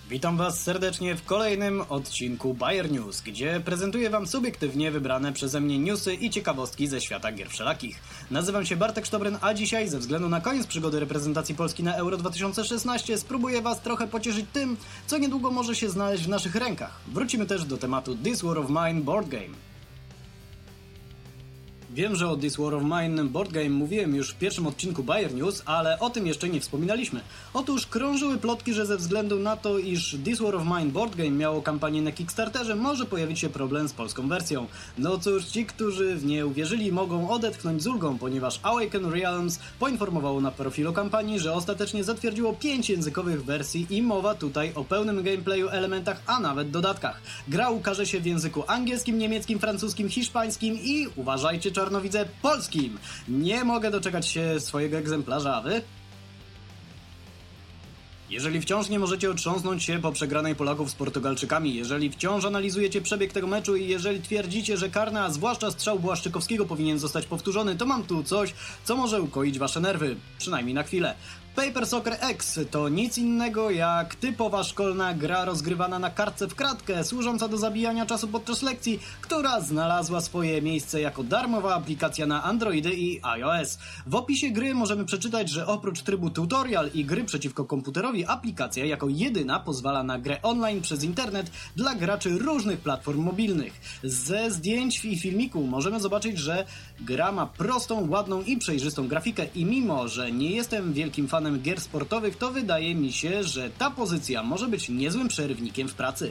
Witam Was serdecznie w kolejnym odcinku Bayer News, gdzie prezentuję Wam subiektywnie wybrane przeze mnie newsy i ciekawostki ze świata gier wszelakich. Nazywam się Bartek Sztobryn, a dzisiaj, ze względu na koniec przygody reprezentacji Polski na Euro 2016, spróbuję Was trochę pocieszyć tym, co niedługo może się znaleźć w naszych rękach. Wrócimy też do tematu This War of Mine board game. Wiem, że o This War of Mine board game mówiłem już w pierwszym odcinku Bayer News, ale o tym jeszcze nie wspominaliśmy. Otóż krążyły plotki, że ze względu na to, iż This War of Mine board game miało kampanię na Kickstarterze, może pojawić się problem z polską wersją. No cóż, ci, którzy w nie uwierzyli, mogą odetchnąć z ulgą, ponieważ Awaken Realms poinformowało na profilu kampanii, że ostatecznie zatwierdziło 5 językowych wersji i mowa tutaj o pełnym gameplayu, elementach, a nawet dodatkach. Gra ukaże się w języku angielskim, niemieckim, francuskim, hiszpańskim i, uważajcie czarnowidze, polskim. Nie mogę doczekać się swojego egzemplarza, a wy? Jeżeli wciąż nie możecie otrząsnąć się po przegranej Polaków z Portugalczykami, jeżeli wciąż analizujecie przebieg tego meczu i jeżeli twierdzicie, że karny, a zwłaszcza strzał Błaszczykowskiego powinien zostać powtórzony, to mam tu coś, co może ukoić wasze nerwy. Przynajmniej na chwilę. Paper Soccer X to nic innego jak typowa szkolna gra rozgrywana na kartce w kratkę, służąca do zabijania czasu podczas lekcji, która znalazła swoje miejsce jako darmowa aplikacja na Androidy i iOS. W opisie gry możemy przeczytać, że oprócz trybu tutorial i gry przeciwko komputerowi, aplikacja jako jedyna pozwala na grę online przez internet dla graczy różnych platform mobilnych. Ze zdjęć i filmiku możemy zobaczyć, że gra ma prostą, ładną i przejrzystą grafikę i mimo, że nie jestem wielkim fanem gier sportowych, to wydaje mi się, że ta pozycja może być niezłym przerywnikiem w pracy.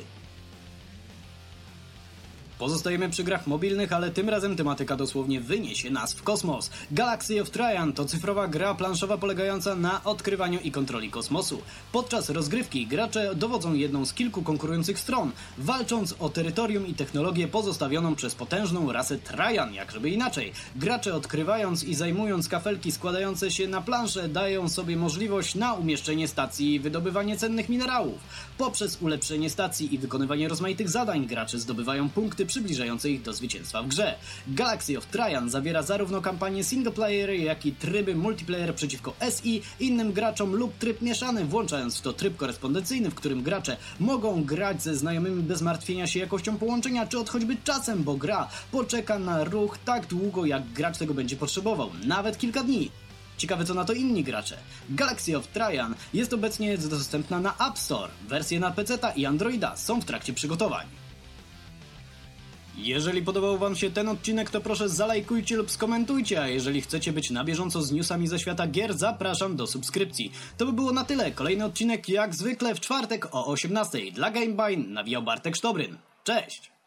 Pozostajemy przy grach mobilnych, ale tym razem tematyka dosłownie wyniesie nas w kosmos. Galaxy of Traian to cyfrowa gra planszowa polegająca na odkrywaniu i kontroli kosmosu. Podczas rozgrywki gracze dowodzą jedną z kilku konkurujących stron, walcząc o terytorium i technologię pozostawioną przez potężną rasę Traian, jakżeby inaczej. Gracze odkrywając i zajmując kafelki składające się na planszę dają sobie możliwość na umieszczenie stacji i wydobywanie cennych minerałów. Poprzez ulepszenie stacji i wykonywanie rozmaitych zadań gracze zdobywają punkty przybliżające ich do zwycięstwa w grze. Galaxy of Traian zawiera zarówno kampanię singleplayer, jak i tryby multiplayer przeciwko SI, innym graczom lub tryb mieszany, włączając w to tryb korespondencyjny, w którym gracze mogą grać ze znajomymi bez martwienia się jakością połączenia, czy od choćby czasem, bo gra poczeka na ruch tak długo, jak gracz tego będzie potrzebował, nawet kilka dni. Ciekawe, co na to inni gracze. Galaxy of Traian jest obecnie dostępna na App Store. Wersje na PC-ta i Androida są w trakcie przygotowań. Jeżeli podobał Wam się ten odcinek, to proszę zalajkujcie lub skomentujcie, a jeżeli chcecie być na bieżąco z newsami ze świata gier, zapraszam do subskrypcji. To by było na tyle. Kolejny odcinek jak zwykle w czwartek o 18:00. Dla GameBine nawijał Bartek Sztobryn. Cześć!